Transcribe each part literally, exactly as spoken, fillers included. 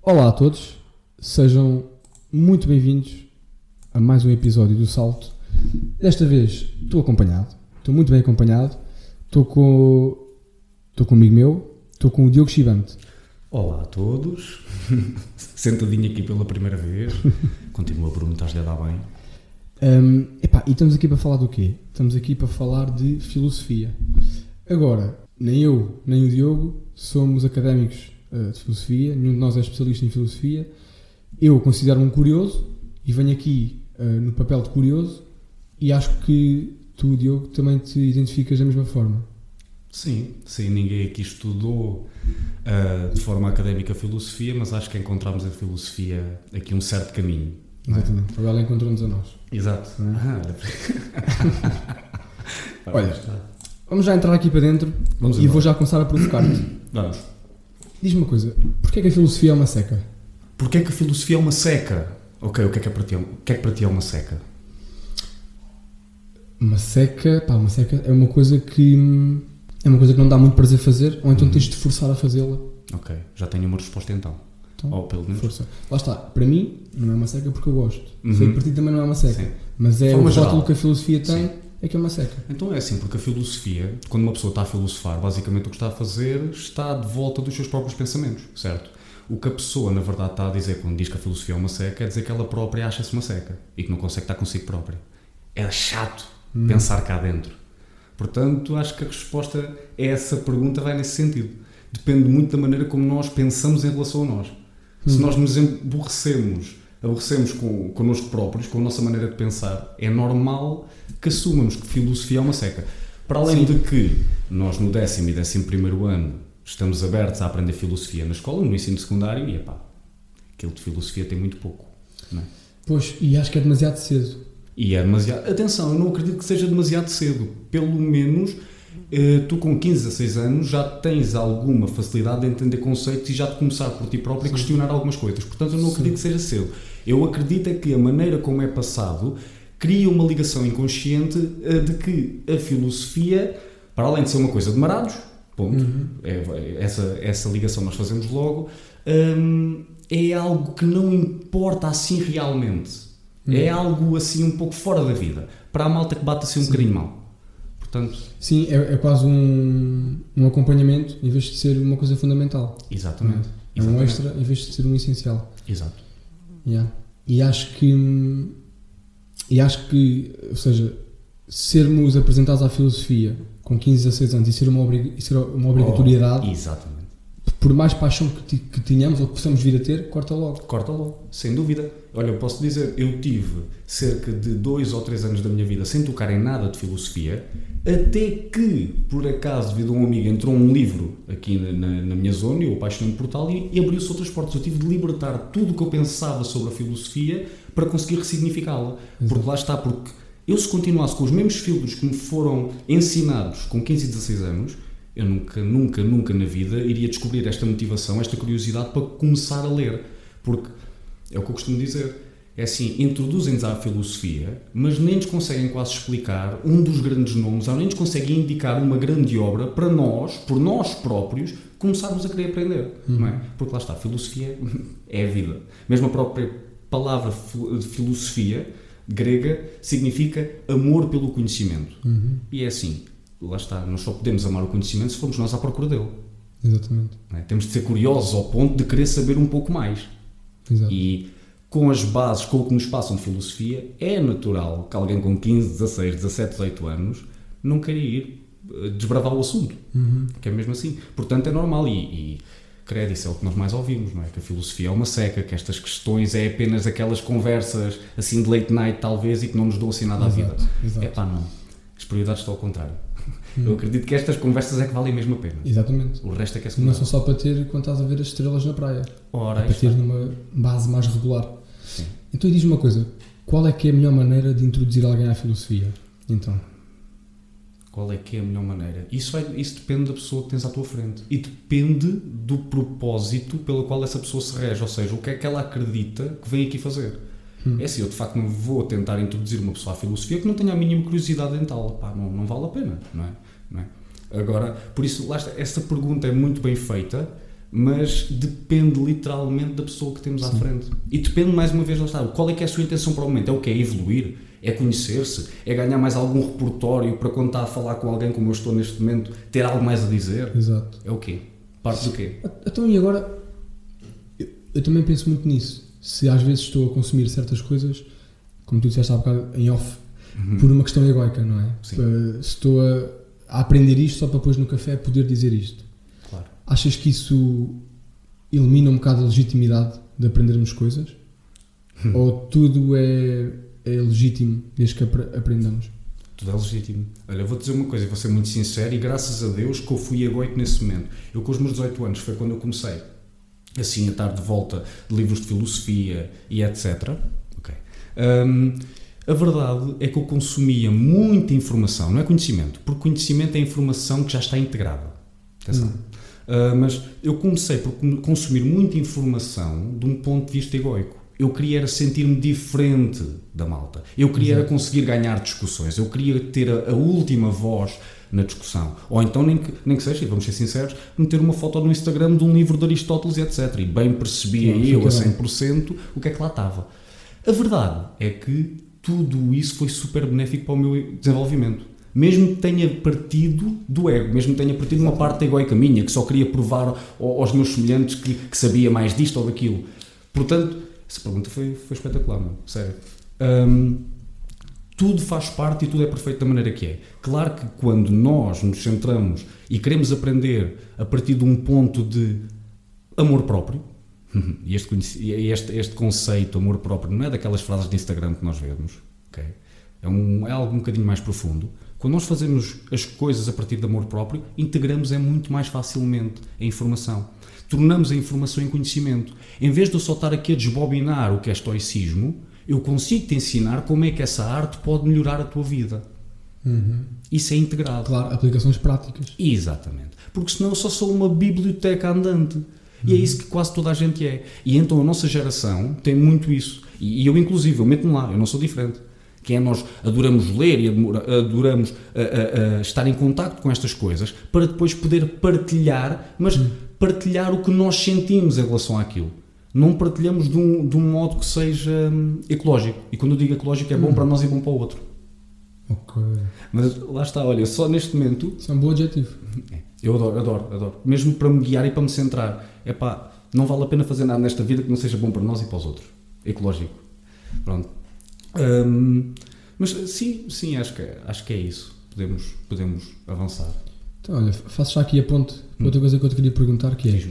Olá a todos, sejam muito bem-vindos a mais um episódio do Salto. Desta vez estou acompanhado, estou muito bem acompanhado, estou com, estou com um amigo meu, estou com o Diogo Chibante. Olá a todos, sentadinho aqui pela primeira vez, continua Bruno, estás-lhe a dar bem? Um, epá, e estamos aqui para falar do quê? Estamos aqui para falar de filosofia. Agora, nem eu nem o Diogo somos académicos uh, de filosofia, nenhum de nós é especialista em filosofia. Eu considero-me um curioso e venho aqui uh, no papel de curioso e acho que tu, Diogo, também te identificas da mesma forma. Sim, sim, ninguém aqui estudou uh, de forma académica a filosofia, mas acho que encontramos a filosofia aqui um certo caminho. Exatamente, é? Ela encontrou-nos a nós. Exato. É? Ah, olha, vamos já entrar aqui para dentro vamos e embora. vou já começar a provocar-te. Vamos. Diz-me uma coisa, porquê é que a filosofia é uma seca? Porquê é que a filosofia é uma seca? Ok, o que é que, é para ti, o que, é que para ti é uma seca? Uma seca, pá, uma seca é uma coisa que é uma coisa que não dá muito prazer fazer, ou então Uhum. tens de te forçar a fazê-la. Ok, já tenho uma resposta então. Então, Ou pelo menos. força. Lá está, para mim não é uma seca porque eu gosto. Uhum. Sei que para ti também não é uma seca. Sim. Mas é o Forma rótulo geral. que a filosofia tem, Sim. é que é uma seca. Então é assim, porque a filosofia, quando uma pessoa está a filosofar, basicamente o que está a fazer está de volta dos seus próprios pensamentos, certo? O que a pessoa, na verdade, está a dizer quando diz que a filosofia é uma seca, é dizer que ela própria acha-se uma seca e que não consegue estar consigo própria. É chato Hum. pensar cá dentro. Portanto, acho que a resposta a essa pergunta vai nesse sentido. Depende muito da maneira como nós pensamos em relação a nós. Se Hum. nós nos aborrecemos, aborrecemos com, connosco próprios, com a nossa maneira de pensar, é normal que assumamos que filosofia é uma seca. Para além Sim. de que nós no décimo e décimo primeiro ano estamos abertos a aprender filosofia na escola, no ensino secundário, e epá, aquilo de filosofia tem muito pouco, não é? Pois, e acho que é demasiado cedo. E é demasiado... Atenção, eu não acredito que seja demasiado cedo. Pelo menos, eh, tu com quinze, dezasseis anos já tens alguma facilidade de entender conceitos e já de começar por ti próprio a questionar algumas coisas. Portanto, eu não acredito que seja cedo. Eu acredito é que a maneira como é passado cria uma ligação inconsciente eh, de que a filosofia, para além de ser uma coisa de marados, ponto, Uhum. é, é- essa, essa ligação nós fazemos logo, hum, é algo que não importa assim realmente. É algo assim um pouco fora da vida. Para a malta que bate assim um Sim. bocadinho mal. Portanto, Sim, é, é quase um, um acompanhamento em vez de ser uma coisa fundamental. exatamente. É um Exatamente. extra em vez de ser um essencial. Exato. Yeah. E acho que e acho que, ou seja, sermos apresentados à filosofia com quinze, dezasseis anos e ser uma, obrig, e ser uma obrigatoriedade, Oh, exatamente. por mais paixão que, ti- que tenhamos ou que possamos vir a ter, corta logo. Corta logo, sem dúvida. Olha, eu posso dizer, eu tive cerca de dois ou três anos da minha vida sem tocar em nada de filosofia, até que, por acaso, devido a um amigo, entrou um livro aqui na, na, na minha zona, e eu apaixonei-me por tal, e, e abriu-se outras portas. Eu tive de libertar tudo o que eu pensava sobre a filosofia para conseguir ressignificá-la. Porque lá está, porque eu se continuasse com os mesmos filtros que me foram ensinados com quinze e dezasseis anos, eu nunca, nunca, nunca na vida iria descobrir esta motivação, esta curiosidade para começar a ler. Porque é o que eu costumo dizer. É assim, introduzem-nos à filosofia, mas nem nos conseguem quase explicar um dos grandes nomes, ou nem nos conseguem indicar uma grande obra para nós, por nós próprios, começarmos a querer aprender. Uhum. Não é? Porque lá está, a filosofia é a vida. Mesmo a própria palavra fil- filosofia grega significa amor pelo conhecimento. Uhum. E é assim, lá está, nós só podemos amar o conhecimento se formos nós à procura dele. Exatamente. Não é? Temos de ser curiosos ao ponto de querer saber um pouco mais. Exato. E com as bases, com o que nos passam de filosofia, é natural que alguém com quinze, dezasseis, dezassete, dezoito anos não queira ir eh, desbravar o assunto. Uhum. Que é mesmo assim. Portanto, é normal. E, e credo, isso é o que nós mais ouvimos, não é? Que a filosofia é uma seca, que estas questões é apenas aquelas conversas assim de late night, talvez, e que não nos dão assim nada à vida. Exato, exato. É pá, não. As prioridades estão ao contrário. Hum. Eu acredito que estas conversas é que valem mesmo a pena. Exatamente. O resto é que é Não secundário. são só para ter quando estás a ver as estrelas na praia. Ora, É para aí está. ter numa base mais regular. Sim. Então diz-me uma coisa, qual é que é a melhor maneira de introduzir alguém à filosofia? Então, Qual é que é a melhor maneira? Isso, vai, isso depende da pessoa que tens à tua frente. E depende do propósito pelo qual essa pessoa se rege. Ou seja, o que é que ela acredita que vem aqui fazer. Hum. É assim, eu de facto não vou tentar introduzir uma pessoa à filosofia que não tenha a mínima curiosidade em tal. Pá, não, não vale a pena, não é? Não é? Agora, por isso, lá está, esta pergunta é muito bem feita, mas depende literalmente da pessoa que temos à Sim. frente. E depende, mais uma vez, lá está, qual é que é a sua intenção para o momento? É o que? É evoluir? É conhecer-se? É ganhar mais algum repertório para quando está a falar com alguém como eu estou neste momento, ter algo mais a dizer? Exato. É o quê? Parte do quê? Então, e agora, eu, eu também penso muito nisso. Se às vezes estou a consumir certas coisas, como tu disseste há bocado, em off, Uhum. por uma questão egoica, não é? Sim. Uh, estou a, a aprender isto só para depois no café poder dizer isto. Claro. Achas que isso elimina um bocado a legitimidade de aprendermos coisas? Hum. Ou tudo é, é legítimo desde que apre- aprendamos? Tudo é legítimo. Olha, eu vou dizer uma coisa, e vou ser muito sincero, e graças a Deus que eu fui egoico nesse momento. Eu, com os meus dezoito anos, foi quando eu comecei assim a estar de volta de livros de filosofia e etcétera. Okay. Um, a verdade é que eu consumia muita informação, não é conhecimento, porque conhecimento é informação que já está integrada. Atenção. Hum. Uh, mas eu comecei por consumir muita informação de um ponto de vista egoico. Eu queria era sentir-me diferente da malta. Eu queria era conseguir ganhar discussões. Eu queria ter a, a última voz na discussão. Ou então, nem que, nem que seja, e vamos ser sinceros, meter uma foto no Instagram de um livro de Aristóteles e etcétera. E bem percebia Não, eu a fica cem por cento o que é que lá estava. A verdade é que tudo isso foi super benéfico para o meu desenvolvimento. Mesmo que tenha partido do ego, mesmo que tenha partido de uma parte egoica minha, que só queria provar aos meus semelhantes que, que sabia mais disto ou daquilo. Portanto, essa pergunta foi, foi espetacular, mano. Sério. Um, tudo faz parte e tudo é perfeito da maneira que é. Claro que quando nós nos centramos e queremos aprender a partir de um ponto de amor próprio, e este, este, este conceito, amor próprio, não é daquelas frases de Instagram que nós vemos, okay? é, um, é algo um bocadinho mais profundo. Quando nós fazemos as coisas a partir de amor próprio, integramos é muito mais facilmente a informação. Tornamos a informação em conhecimento. Em vez de eu só estar aqui a desbobinar o que é estoicismo, eu consigo te ensinar como é que essa arte pode melhorar a tua vida. Uhum. Isso é integrado. Claro, aplicações práticas. Exatamente. Porque senão eu só sou uma biblioteca andante. E é isso que quase toda a gente é. E então a nossa geração tem muito isso. E, e eu, inclusive, eu meto-me lá, eu não sou diferente. Que é nós adoramos ler e adoramos a, a, a estar em contacto com estas coisas para depois poder partilhar, mas hum. partilhar o que nós sentimos em relação àquilo. Não partilhamos de um, de um modo que seja hum, ecológico. E quando eu digo ecológico é bom hum. para nós e bom para o outro. Ok. Mas lá está, olha, só neste momento... Isso é um bom adjetivo. Eu adoro, adoro, adoro. Mesmo para me guiar e para me centrar. É pá, não vale a pena fazer nada nesta vida que não seja bom para nós e para os outros. Ecológico. Pronto. Um, mas sim, sim, acho que é, acho que é isso. Podemos, podemos avançar. Então, olha, faço já aqui a ponte para outra coisa que eu te queria perguntar, que é...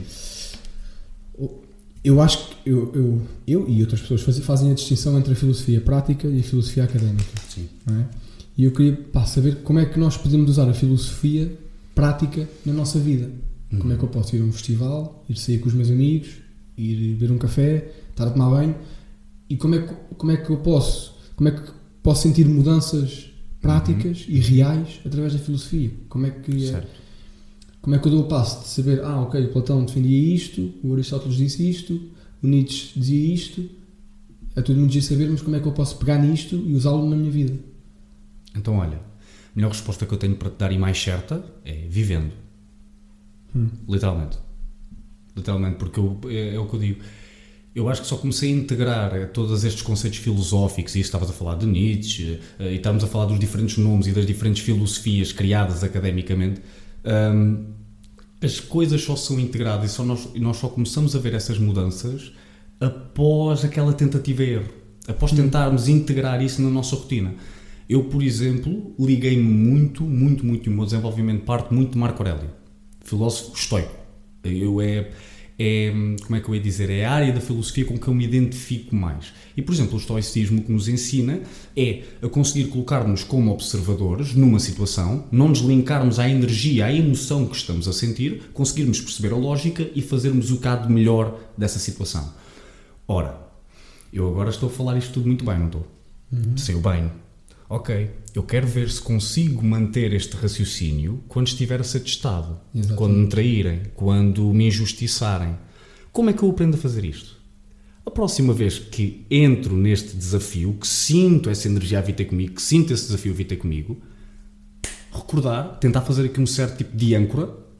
Eu acho que eu, eu, eu e outras pessoas fazem, fazem a distinção entre a filosofia prática e a filosofia académica. Sim. Não é? E eu queria pá, saber como é que nós podemos usar a filosofia prática na nossa vida. Uhum. Como é que eu posso ir a um festival, ir sair com os meus amigos, ir beber um café, estar a tomar banho, e como é que, como é que eu posso, como é que posso sentir mudanças práticas uhum. e reais através da filosofia? Como é que é, como é que eu dou o passo de saber, ah, ok, o Platão defendia isto, o Aristóteles disse isto, o Nietzsche dizia isto, é tudo muito giro saber, mas como é que eu posso pegar nisto e usá-lo na minha vida? Então, olha, a melhor resposta que eu tenho para te dar e mais certa é vivendo. Hum. Literalmente. Literalmente, porque eu, é, é o que eu digo. Eu acho que só comecei a integrar todos estes conceitos filosóficos, e estavas a falar de Nietzsche, e estávamos a falar dos diferentes nomes e das diferentes filosofias criadas academicamente. Um, as coisas só são integradas e só nós, nós só começamos a ver essas mudanças após aquela tentativa e erro. Após tentarmos integrar isso na nossa rotina. Eu, por exemplo, liguei-me muito, muito, muito no meu desenvolvimento, parte muito de Marco Aurélio, filósofo estoico. Eu é, é, como é que eu ia dizer, é a área da filosofia com que eu me identifico mais. E, por exemplo, o estoicismo que nos ensina é a conseguir colocar-nos como observadores numa situação, não nos linkarmos à energia, à emoção que estamos a sentir, conseguirmos perceber a lógica e fazermos o que há de melhor dessa situação. Ora, eu agora estou a falar isto tudo muito bem, não estou? Uhum. Sei o bem. Ok, eu quero ver se consigo manter este raciocínio quando estiver a ser testado, exatamente. Quando me traírem, quando me injustiçarem. Como é que eu aprendo a fazer isto? A próxima vez que entro neste desafio, que sinto essa energia a vir ter comigo, que sinto esse desafio a vir ter comigo, recordar, tentar fazer aqui um certo tipo de âncora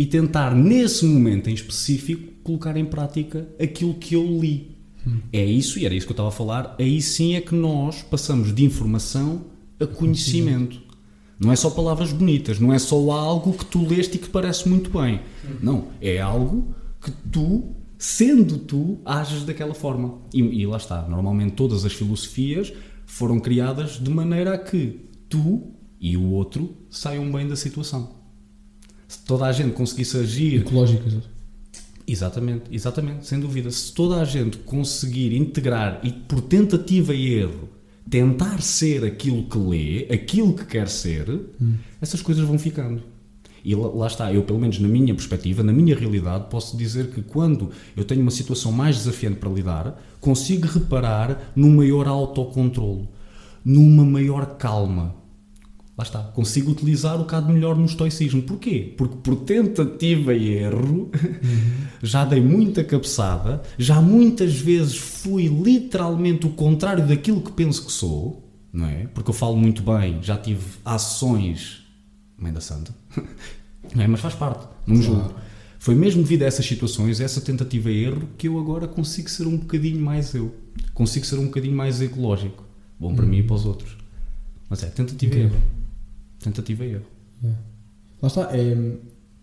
e tentar, nesse momento em específico, colocar em prática aquilo que eu li. Hum. É isso, e era isso que eu estava a falar, aí sim é que nós passamos de informação a conhecimento. Não é só palavras bonitas, não é só algo que tu leste e que parece muito bem. Hum. Não, é algo que tu, sendo tu, ages daquela forma. E, e lá está, normalmente todas as filosofias foram criadas de maneira a que tu e o outro saiam bem da situação. Se toda a gente conseguisse agir... Ecológicas. Exatamente, exatamente, sem dúvida. Se toda a gente conseguir integrar e, por tentativa e erro, tentar ser aquilo que lê, aquilo que quer ser, hum. essas coisas vão ficando. E lá, lá está, eu pelo menos na minha perspectiva, na minha realidade, posso dizer que quando eu tenho uma situação mais desafiante para lidar, consigo reparar num maior autocontrolo, numa maior calma. Lá está, consigo utilizar o que há de melhor no estoicismo. Porquê? Porque por tentativa e erro uhum. já dei muita cabeçada, já muitas vezes fui literalmente o contrário daquilo que penso que sou, não é? Porque eu falo muito bem, já tive ações, mãe da santa, não é? Mas faz parte, não me julgo. Foi mesmo devido a essas situações, a essa tentativa e erro, que eu agora consigo ser um bocadinho mais eu. Consigo ser um bocadinho mais ecológico. Bom para uhum. mim e para os outros. Mas é tentativa e erro. Tentativa e erro. É. Lá está, é,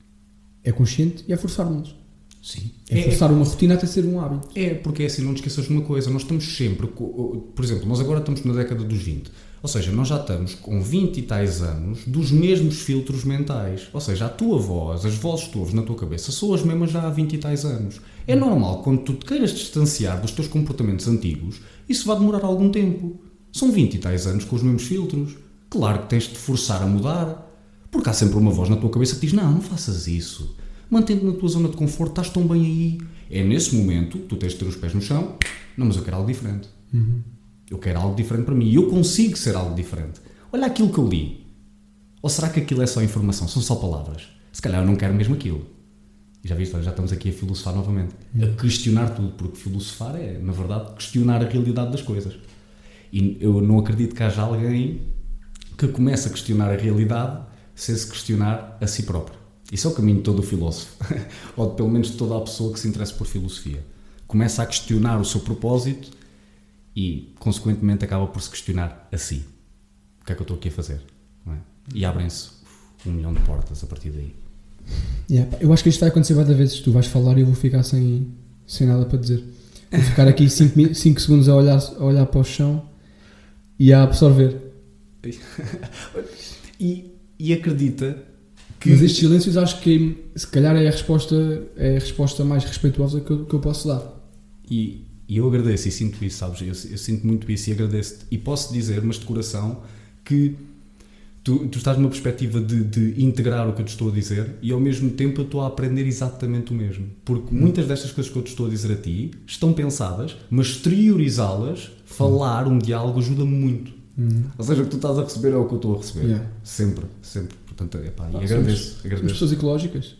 é consciente e é forçar-nos. Sim. É, é forçar uma rotina até ser um hábito. É, porque é assim, não te esqueças de uma coisa, nós estamos sempre, por exemplo, nós agora estamos na década dos vinte, ou seja, nós já estamos com vinte e tais anos dos mesmos filtros mentais, ou seja, a tua voz, as vozes que tu ouves na tua cabeça são as mesmas já há vinte e tais anos. É normal, quando tu te queiras distanciar dos teus comportamentos antigos, isso vai demorar algum tempo. São vinte e tais anos com os mesmos filtros. Claro que tens de te forçar a mudar, porque há sempre uma voz na tua cabeça que diz, não, não faças isso, mantém-te na tua zona de conforto, estás tão bem aí. É nesse momento que tu tens de ter os pés no chão, não, mas eu quero algo diferente. Uhum. Eu quero algo diferente para mim, e eu consigo ser algo diferente. Olha aquilo que eu li. Ou será que aquilo é só informação, são só palavras? Se calhar eu não quero mesmo aquilo. E já viste, já estamos aqui a filosofar novamente, uhum. a questionar tudo, porque filosofar é, na verdade, questionar a realidade das coisas. E eu não acredito que haja alguém que comece a questionar a realidade sem se questionar a si próprio. Isso é o caminho de todo o filósofo, ou de, pelo menos de toda a pessoa que se interessa por filosofia. Começa a questionar o seu propósito e, consequentemente, acaba por se questionar a si. O que é que eu estou aqui a fazer? Não é? E abrem-se um milhão de portas a partir daí. Yeah, eu acho que isto vai acontecer várias vezes. Tu vais falar e eu vou ficar sem, sem nada para dizer. Vou ficar aqui cinco segundos a olhar, a olhar para o chão e a absorver. e, e acredita que... Mas estes silêncios acho que se calhar é a resposta, é a resposta mais respeituosa que eu, que eu posso dar. E, e eu agradeço e sinto isso, sabes? Eu, eu sinto muito isso e agradeço-te. E posso dizer, mas de coração, que tu, tu estás numa perspectiva de, de integrar o que eu te estou a dizer e ao mesmo tempo eu estou a aprender exatamente o mesmo. Porque hum. muitas destas coisas que eu te estou a dizer a ti estão pensadas, mas exteriorizá-las, falar, um diálogo, ajuda-me muito. Uhum. Ou seja, o que tu estás a receber é o que eu estou a receber. Yeah. Sempre, sempre. Portanto, epá, ah, e agradeço. Somos, agradeço. Pessoas ecológicas.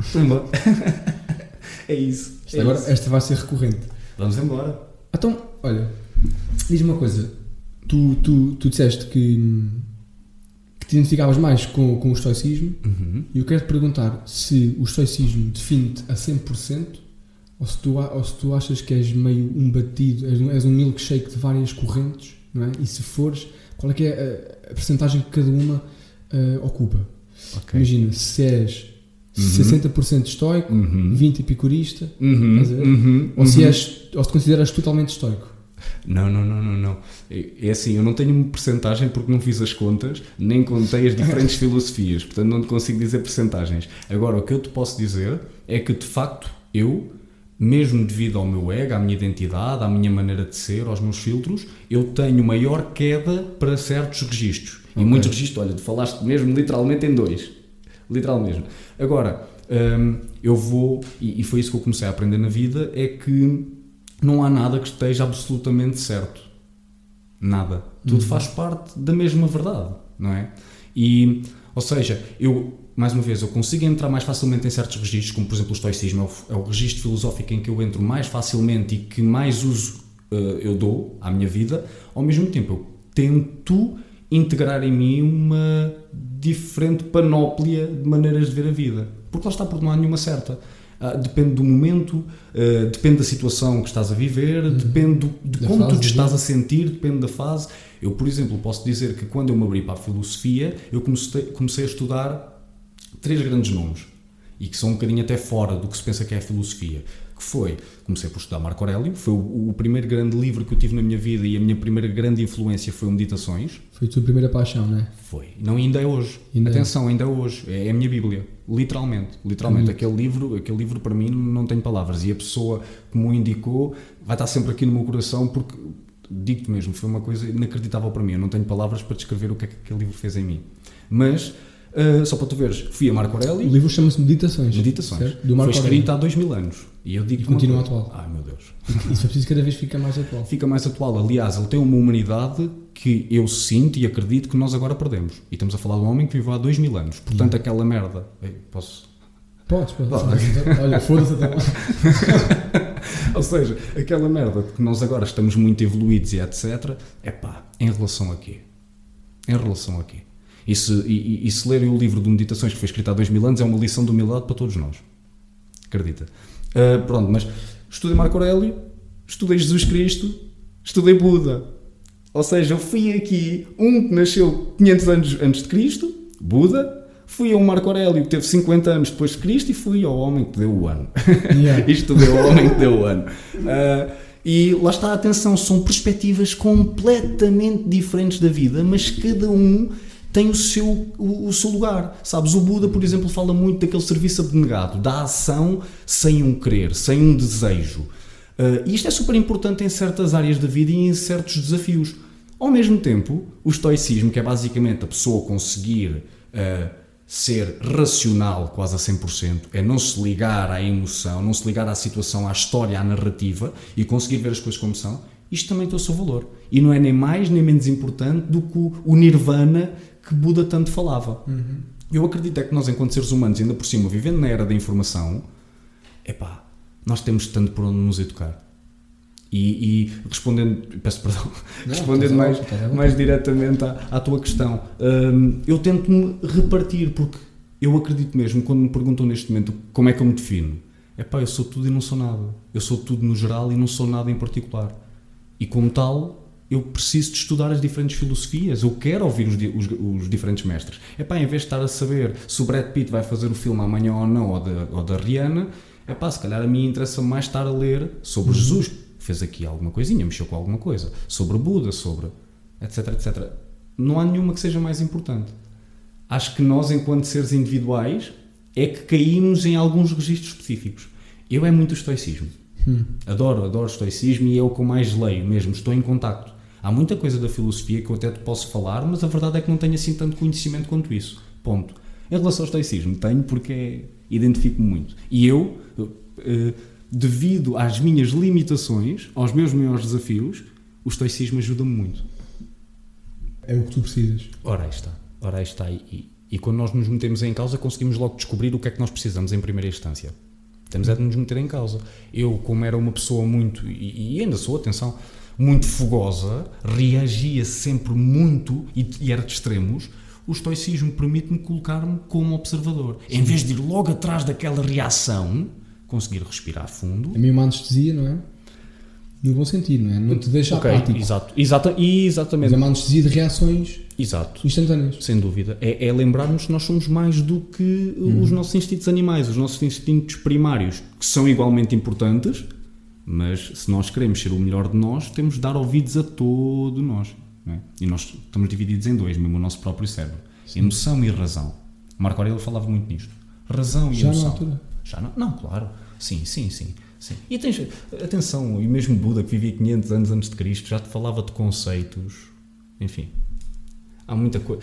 É isso. Esta, é agora, isso. Esta vai ser recorrente. Vamos embora. Então, olha, diz-me uma coisa. Tu, tu, tu disseste que, que te identificavas mais com, com o estoicismo uhum. e eu quero te perguntar se o estoicismo define-te a cem por cento ou se tu, ou se tu achas que és meio um batido, és um, és um milkshake de várias correntes. Não é? E se fores, qual é que é a, a percentagem que cada uma uh, ocupa? Okay. Imagina, se és uhum. sessenta por cento estoico, uhum. vinte por cento epicurista, uhum. estás a ver? Uhum. Ou, se és, ou se consideras totalmente estoico? Não, não, não, não, não. É assim, eu não tenho uma percentagem porque não fiz as contas, nem contei as diferentes filosofias, portanto não te consigo dizer percentagens. Agora, o que eu te posso dizer é que, de facto, eu... mesmo devido ao meu ego, à minha identidade, à minha maneira de ser, aos meus filtros, eu tenho maior queda para certos registros. Okay. E muitos registros, olha, tu falaste mesmo literalmente em dois. Literal mesmo. Agora, hum, eu vou, e, e foi isso que eu comecei a aprender na vida, é que não há nada que esteja absolutamente certo. Nada. Uhum. Tudo faz parte da mesma verdade, não é? E, ou seja, eu... mais uma vez, eu consigo entrar mais facilmente em certos registros, como por exemplo o estoicismo, é o, é o registro filosófico em que eu entro mais facilmente e que mais uso uh, eu dou à minha vida. Ao mesmo tempo, eu tento integrar em mim uma diferente panóplia de maneiras de ver a vida. Porque lá está, porque não há nenhuma certa. Uh, depende do momento, uh, depende da situação que estás a viver, uhum. depende do, de da como tu te estás a sentir, depende da fase. Eu, por exemplo, posso dizer que quando eu me abri para a filosofia, eu comecei, comecei a estudar três grandes nomes, e que são um bocadinho até fora do que se pensa que é a filosofia. Que foi, comecei por estudar Marco Aurélio, foi o, o primeiro grande livro que eu tive na minha vida, e a minha primeira grande influência foi o Meditações. Foi a tua primeira paixão, não é? Foi. Não, ainda é hoje. Ainda Atenção, é. ainda é hoje. É a minha Bíblia. Literalmente. Literalmente. Hum. Aquele livro, aquele livro para mim não tem palavras, e a pessoa que me o indicou vai estar sempre aqui no meu coração, porque, digo-te mesmo, foi uma coisa inacreditável para mim. Eu não tenho palavras para descrever o que é que aquele livro fez em mim. Mas... Uh, só para tu veres, fui a Marco Aurélio. O livro chama-se Meditações. Meditações. Do Marco Foi escrito Aurélio. Há dois mil anos. E, eu digo e continua atual. Ai meu Deus. Isso é preciso cada vez fica mais atual. Fica mais atual. Aliás, ele tem uma humanidade que eu sinto e acredito que nós agora perdemos. E estamos a falar de um homem que viveu há dois mil anos. Portanto, hum. aquela merda. Ei, posso? Podes, podes. Olha, foda-se até lá. Ou seja, aquela merda que nós agora estamos muito evoluídos e etcétera. É pá, em relação a quê? Em relação a quê? E se, e, e se lerem o livro de Meditações que foi escrito há dois mil anos, é uma lição de humildade para todos nós. Acredita. Uh, pronto, mas estudei Marco Aurélio, estudei Jesus Cristo, estudei Buda. Ou seja, eu fui aqui, um que nasceu quinhentos anos antes de Cristo, Buda, fui a um Marco Aurélio que teve cinquenta anos depois de Cristo, e fui ao homem que deu o ano. Yeah. E estudei ao homem que deu o ano. Uh, e lá está, atenção, são perspectivas completamente diferentes da vida, mas cada um tem o seu, o, o seu lugar, sabes? O Buda, por exemplo, fala muito daquele serviço abnegado, da ação sem um querer, sem um desejo. Uh, e isto é super importante em certas áreas da vida e em certos desafios. Ao mesmo tempo, o estoicismo, que é basicamente a pessoa conseguir uh, ser racional quase a cem por cento, é não se ligar à emoção, não se ligar à situação, à história, à narrativa, e conseguir ver as coisas como são, isto também tem o seu valor. E não é nem mais nem menos importante do que o, o nirvana que Buda tanto falava. Uhum. Eu acredito é que nós, enquanto seres humanos, ainda por cima, vivendo na era da informação, epá, nós temos tanto por onde nos educar. E, e respondendo, peço perdão, não, respondendo mais, mais diretamente à, à tua questão, hum, eu tento-me repartir, porque eu acredito mesmo, quando me perguntam neste momento como é que eu me defino, epá, eu sou tudo e não sou nada. Eu sou tudo no geral e não sou nada em particular. E como tal, eu preciso de estudar as diferentes filosofias, eu quero ouvir os, os, os diferentes mestres. Epá, em vez de estar a saber se o Brad Pitt vai fazer o filme amanhã ou não, ou da, ou da Rihanna, epá, se calhar a mim interessa mais estar a ler sobre uhum. Jesus, que fez aqui alguma coisinha, mexeu com alguma coisa, sobre Buda, sobre etc, etcétera. Não há nenhuma que seja mais importante. Acho que nós, enquanto seres individuais, é que caímos em alguns registros específicos. Eu é muito o estoicismo. Hum. Adoro, adoro o estoicismo, e é o que eu mais leio mesmo, estou em contacto. Há muita coisa da filosofia que eu até te posso falar, mas a verdade é que não tenho assim tanto conhecimento quanto isso. Ponto. Em relação ao estoicismo, tenho, porque é, identifico-me muito. E eu, eh, devido às minhas limitações, aos meus maiores desafios, o estoicismo ajuda-me muito. É o que tu precisas. Ora aí está. Ora aí está. E, e, e quando nós nos metemos em causa, conseguimos logo descobrir o que é que nós precisamos em primeira instância. Temos é de nos meter em causa. Eu, como era uma pessoa muito, e, e ainda sou, atenção, muito fogosa, reagia sempre muito, e, e era de extremos, o estoicismo permite-me colocar-me como observador. Sim. Em vez de ir logo atrás daquela reação, conseguir respirar fundo. É meio uma anestesia, não é? No bom sentido, não é? Não te deixa okay, apático. Exato, exata, exatamente. Mas é uma anestesia de reações exato. instantâneas. Sem dúvida. É, é lembrar-nos que nós somos mais do que hum. os nossos instintos animais, os nossos instintos primários, que são igualmente importantes, mas se nós queremos ser o melhor de nós, temos de dar ouvidos a todo nós. Não é? E nós estamos divididos em dois, mesmo o nosso próprio cérebro. Sim. Emoção e razão. Marco Aurélio falava muito nisto. Razão e Já emoção. Na altura. Já não? Não, claro. Sim, sim, sim. sim. E tens, atenção, e mesmo Buda, que vivia quinhentos anos antes de Cristo, já te falava de conceitos. Enfim, há muita coisa.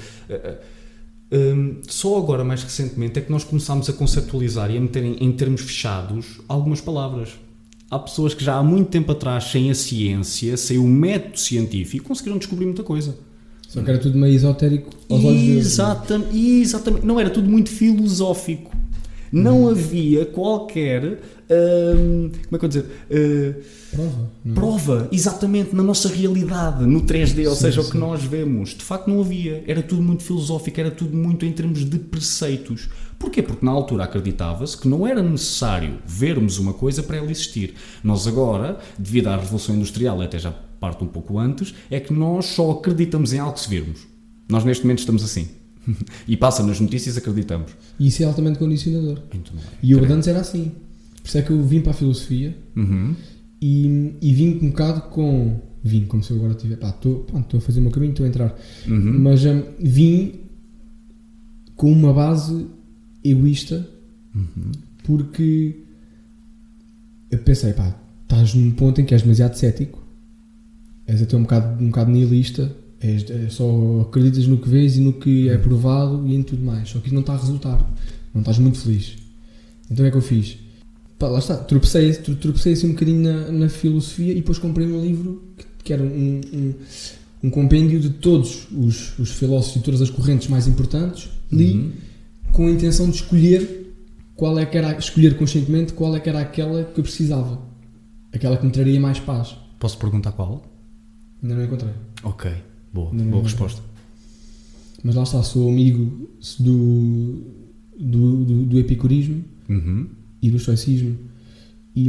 Um, só agora, mais recentemente, é que nós começámos a conceptualizar e a meter em, em termos fechados algumas palavras. Há pessoas que já há muito tempo atrás, sem a ciência, sem o método científico, conseguiram descobrir muita coisa. Só que era tudo meio esotérico aos olhos deles. Exatamente, exatamente. Não, era tudo muito filosófico. Não havia qualquer, hum, como é que eu dizer, uh, prova, não. prova, exatamente, na nossa realidade, no três D, ou Sim, seja, sim. o que nós vemos. De facto não havia, era tudo muito filosófico, era tudo muito em termos de preceitos. Porquê? Porque na altura acreditava-se que não era necessário vermos uma coisa para ela existir. Nós agora, devido à Revolução Industrial, até já parte um pouco antes, é que nós só acreditamos em algo se virmos. Nós neste momento estamos assim. E passa nas notícias, acreditamos. E isso é altamente condicionador. Então, não é. E eu antes era assim. Por isso é que eu vim para a filosofia Uhum. e, e vim um bocado com... Vim, como se eu agora tivesse... Pá, estou a fazer o meu caminho, estou a entrar. Uhum. Mas hum, vim com uma base egoísta, Uhum. porque eu pensei, pá, estás num ponto em que és demasiado cético, és até um bocado, um bocado nihilista, és, é só acreditas no que vês e no que é provado e em tudo mais, só que isso não está a resultar, não estás muito feliz. Então o que é que eu fiz? Pá, lá está, tropecei, tropecei assim um bocadinho na, na filosofia e depois comprei um livro que, que era um, um, um compêndio de todos os, os filósofos e todas as correntes mais importantes, li Uhum. com a intenção de escolher qual é que era, escolher conscientemente qual é que era aquela que eu precisava, aquela que me traria mais paz. Posso perguntar qual? Ainda não encontrei. Ok, boa, Não, não, boa não. resposta. Mas lá está, sou amigo do, do, do, do epicurismo Uhum. e do estoicismo. E,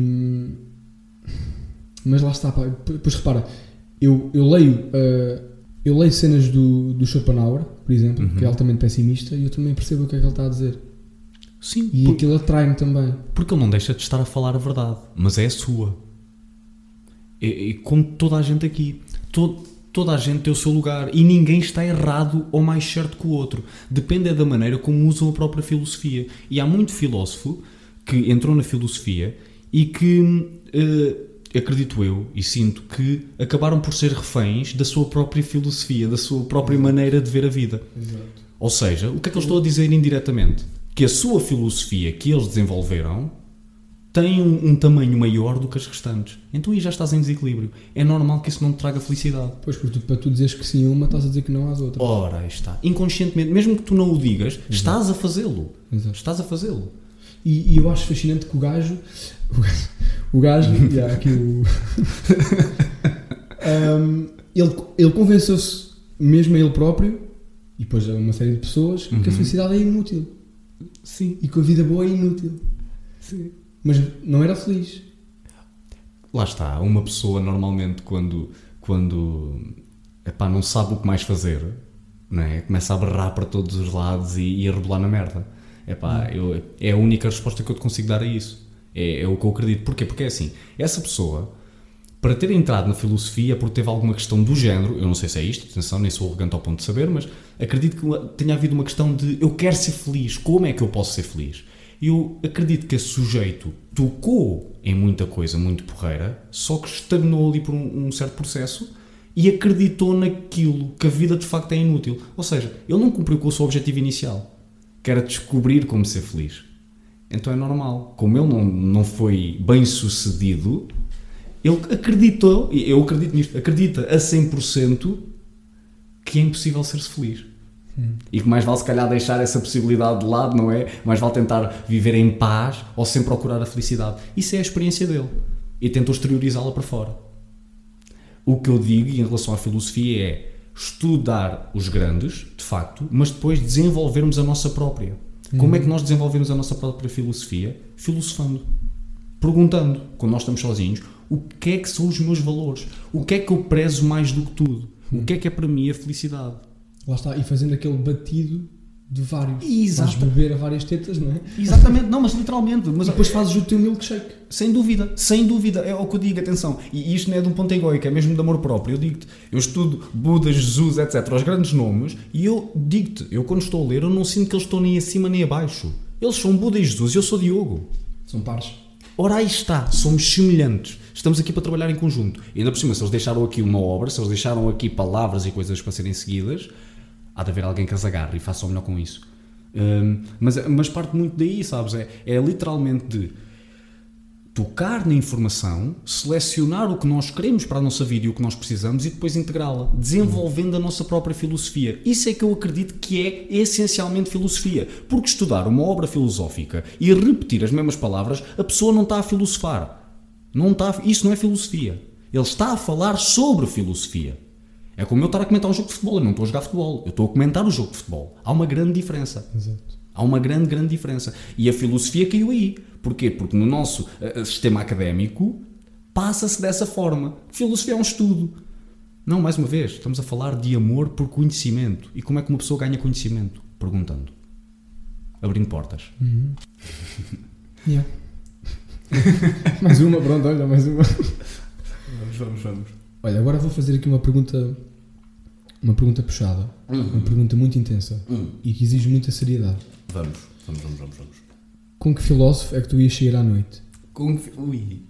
mas lá está, pá, pois repara, eu, eu leio uh, eu leio cenas do, do Schopenhauer, por exemplo, Uhum. que é altamente pessimista, e eu também percebo o que é que ele está a dizer. Sim, E por- aquilo atrai-me também. porque ele não deixa de estar a falar a verdade, mas é a sua. E, e como toda a gente aqui, todo, toda a gente tem o seu lugar e ninguém está errado ou mais certo que o outro. Depende é da maneira como usam a própria filosofia. E há muito filósofo que entrou na filosofia e que, eh, acredito eu e sinto que acabaram por ser reféns da sua própria filosofia, da sua própria maneira de ver a vida. Exato. Ou seja, o que é que eu estou a dizer indiretamente? Que a sua filosofia que eles desenvolveram tem um, um tamanho maior do que as restantes. Então aí já estás em desequilíbrio. É normal que isso não te traga felicidade. Pois, porque tu, para tu dizeres que sim a uma, estás a dizer que não às outras. Ora, aí está. Inconscientemente, mesmo que tu não o digas, estás a fazê-lo. Exato. Estás a fazê-lo. E, e eu acho fascinante que o gajo, o gajo, o gajo e há aqui o, um, ele, ele convenceu-se mesmo a ele próprio e depois a uma série de pessoas que Uhum. a felicidade é inútil Sim. e que a vida boa é inútil, Sim. mas não era feliz. Lá está. Uma pessoa normalmente quando, quando epá, não sabe o que mais fazer, não é? Começa a berrar para todos os lados e, e a rebolar na merda. Epá, eu, é a única resposta que eu te consigo dar a isso. É, é o que eu acredito. Porquê? Porque é assim, essa pessoa, para ter entrado na filosofia, porque teve alguma questão do género, eu não sei se é isto, atenção, nem sou arrogante ao ponto de saber, mas acredito que tenha havido uma questão de eu quero ser feliz, como é que eu posso ser feliz? Eu acredito que esse sujeito tocou em muita coisa muito porreira, só que estagnou ali por um, um certo processo e acreditou naquilo, que a vida de facto é inútil. Ou seja, ele não cumpriu com o seu objetivo inicial, que era descobrir como ser feliz. Então é normal. Como ele não, não foi bem sucedido, ele acreditou, e eu acredito nisto, acredita a cem por cento que é impossível ser-se feliz. Hum. E que mais vale se calhar deixar essa possibilidade de lado, não é? Mais vale tentar viver em paz ou sem procurar a felicidade. Isso é a experiência dele. E tentou exteriorizá-la para fora. O que eu digo em relação à filosofia é estudar os grandes, de facto, mas depois desenvolvermos a nossa própria. Hum. Como é que nós desenvolvemos a nossa própria filosofia? Filosofando. Perguntando, quando nós estamos sozinhos, o que é que são os meus valores? O que é que eu prezo mais do que tudo? O que é que é para mim a felicidade? Lá está, e fazendo aquele batido de vários. Exato. Fazes beber a várias tetas, não é? Exatamente, não, mas literalmente. Mas E depois fazes o teu milkshake. sem dúvida, sem dúvida, é o que eu digo, atenção. E isto não é de um ponto egoico, é mesmo de amor próprio. Eu digo-te, eu estudo Buda, Jesus, etcétera, os grandes nomes, e eu digo-te, eu quando estou a ler, eu não sinto que eles estão nem acima nem abaixo. Eles são Buda e Jesus e eu sou Diogo. São pares. Ora, aí está, somos semelhantes. Estamos aqui para trabalhar em conjunto. E ainda por cima, se eles deixaram aqui uma obra, se eles deixaram aqui palavras e coisas para serem seguidas, há de haver alguém que as agarre e faça o melhor com isso. Um, mas, mas parte muito daí, sabes? É, é literalmente de tocar na informação, selecionar o que nós queremos para a nossa vida e o que nós precisamos e depois integrá-la, desenvolvendo a nossa própria filosofia. Isso é que eu acredito que é essencialmente filosofia. Porque estudar uma obra filosófica e repetir as mesmas palavras, a pessoa não está a filosofar. Não está, isso não é filosofia. Ele está a falar sobre filosofia. É como eu estar a comentar um jogo de futebol. Eu não estou a jogar futebol. Eu estou a comentar o jogo de futebol. Há uma grande diferença. Exato. Há uma grande, grande diferença. E a filosofia caiu aí. Porquê? Porque no nosso uh, sistema académico passa-se dessa forma. Filosofia é um estudo. Não, mais uma vez, estamos a falar de amor por conhecimento. E como é que uma pessoa ganha conhecimento? Perguntando. Abrindo portas. Uhum. Yeah. Mais uma, pronto, olha, mais uma. Vamos, vamos, vamos. Olha, agora vou fazer aqui uma pergunta, uma pergunta puxada, Uhum. uma pergunta muito intensa Uhum. e que exige muita seriedade. Vamos, vamos, vamos, vamos, vamos. Com que filósofo é que tu ias sair à noite? Com que... Ui.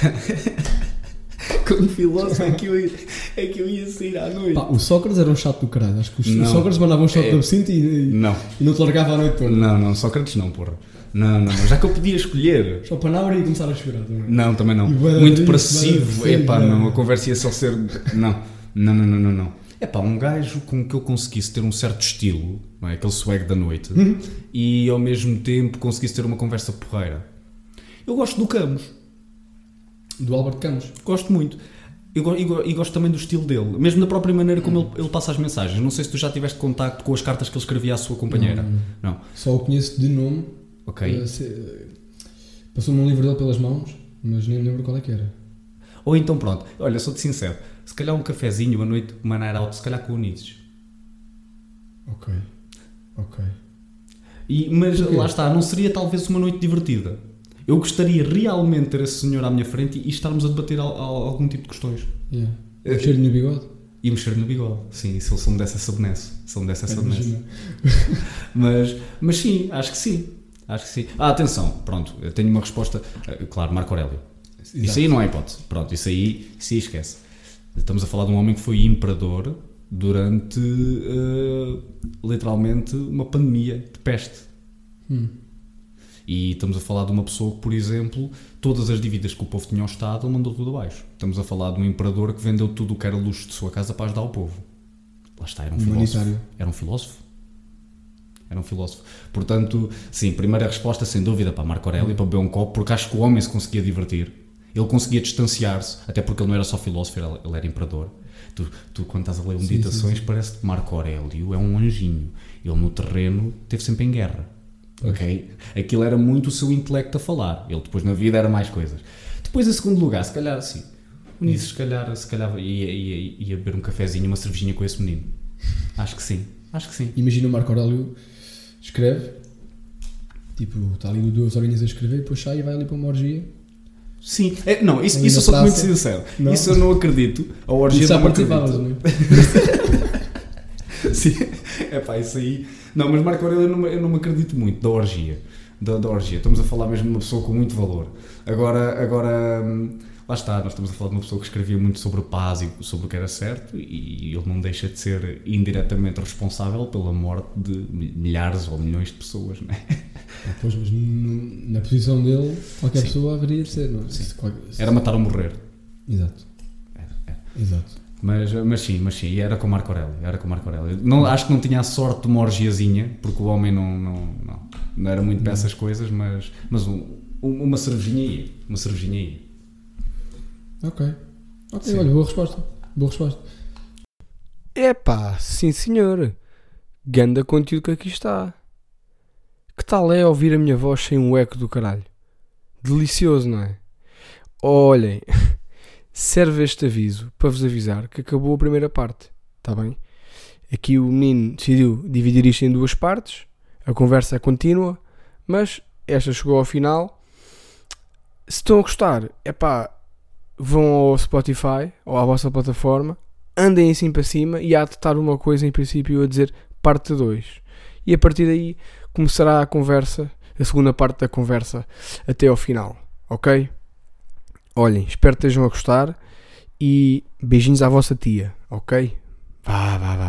Com que filósofo é que, eu ia, é que eu ia sair à noite? Pá, o Sócrates era um chato do caralho. Acho que o Não. Sócrates mandava um shot É. de absinto e, e, Não. e não te largava à noite toda. Não, não, Sócrates não, porra. Não, não, não. Já que eu podia escolher... Só para não e começar a chorar também. Não, também não. E vai Muito dar passivo. isso, vai dar- Epá, sim, não, vai. a conversa ia só ser... Não, não, não, não, não, não. Epá, um gajo com que eu conseguisse ter um certo estilo, não é? Aquele swag da noite, Uhum. e ao mesmo tempo conseguisse ter uma conversa porreira. Eu gosto do Camus. Do Albert Camus. Gosto muito. E go- e go- e gosto também do estilo dele. Mesmo da própria maneira como ele, ele passa as mensagens. Não sei se tu já tiveste contacto com as cartas que ele escrevia à sua companheira. Não. Não. Só o conheço de nome. Ok. Eh, se- Passou-me um livro dele pelas mãos, mas nem me lembro qual é que era. Ou então pronto. Olha, sou-te sincero. Se calhar um cafezinho, uma noite, uma night out, se calhar com o Nietzsche. Ok. Ok. E, mas Porquê? lá está, não seria talvez uma noite divertida. Eu gostaria realmente de ter esse senhor à minha frente e, e estarmos a debater al, al, algum tipo de questões. Yeah. Mexer no bigode? E mexer no bigode. Sim, se ele se me desse essa benesse. Se ele me desse essa benesse. Imagina. Mas, mas sim, acho que sim. Acho que sim. Ah, atenção, pronto, eu tenho uma resposta. eh, Claro, Marco Aurélio. Exato. Isso aí não é hipótese. Pronto, isso aí, isso aí esquece. Estamos a falar de um homem que foi imperador durante, eh, literalmente, uma pandemia de peste. Hum. E estamos a falar de uma pessoa que, por exemplo, todas as dívidas que o povo tinha ao Estado, ele mandou tudo abaixo. Estamos a falar de um imperador que vendeu tudo o que era luxo de sua casa para ajudar o povo. Lá está, era um filósofo. Humanitário. Era um filósofo. Era um filósofo. Portanto, sim, primeira resposta, sem dúvida, para Marco Aurélio, para beber um copo, porque acho que o homem se conseguia divertir. Ele conseguia distanciar-se, até porque ele não era só filósofo, ele, ele era imperador. Tu, tu, quando estás a ler um Sim, Meditações, sim, sim. parece que Marco Aurélio é um anjinho. Ele no terreno esteve sempre em guerra. Ok? Aquilo era muito o seu intelecto a falar. Ele depois na vida era mais coisas. Depois, em segundo lugar, se calhar, sim, o Nietzsche, se calhar, se calhar ia, ia, ia beber um cafezinho, uma cervejinha com esse menino. Acho que sim. Acho que sim. Imagina o Marco Aurélio escreve, tipo, está ali duas horinhas a escrever, depois sai e vai ali para uma orgia. Sim. É, não, isso, Ali isso na eu sou muito praça. sincero. Não? Isso eu não acredito. A orgia Isso já não me participavas, acredito. não é? Sim. É pá, isso aí. Não, mas Marco Aurélio eu não, me- eu não me acredito muito da orgia. Da, da orgia. Estamos a falar mesmo de uma pessoa com muito valor. Agora, agora hum, lá está, nós estamos a falar de uma pessoa que escrevia muito sobre paz e sobre o que era certo e ele não deixa de ser indiretamente responsável pela morte de milhares ou milhões de pessoas, não é? Ah, pois, mas no- na posição dele, qualquer Sim. pessoa haveria de ser, não é? Sim. Se qualquer- se- Era matar ou morrer. Exato. Era, era. Exato. Mas, mas sim, mas sim, e era com Marco Aurélio, era com Marco Aurélio. Não, acho que não tinha a sorte de uma orgiazinha, porque o homem não, não, não, não era muito para essas coisas, mas, mas um, um- uma cervejinha ia, uma cervejinha ia. Ok. Ok, Sim. olha, boa resposta. Boa resposta. Epá, sim senhor. Ganda conteúdo que aqui está. Que tal é ouvir a minha voz sem um eco do caralho? Delicioso, não é? Olhem, serve este aviso para vos avisar que acabou a primeira parte, está bem? Aqui o menino decidiu dividir isto em duas partes, a conversa é contínua, mas esta chegou ao final. Se estão a gostar, epá, vão ao Spotify ou à vossa plataforma, andem assim para cima e há de estar uma coisa em princípio a dizer parte dois. E a partir daí começará a conversa, a segunda parte da conversa, até ao final, ok? Olhem, espero que estejam a gostar e beijinhos à vossa tia, ok? Vá, vá, vá.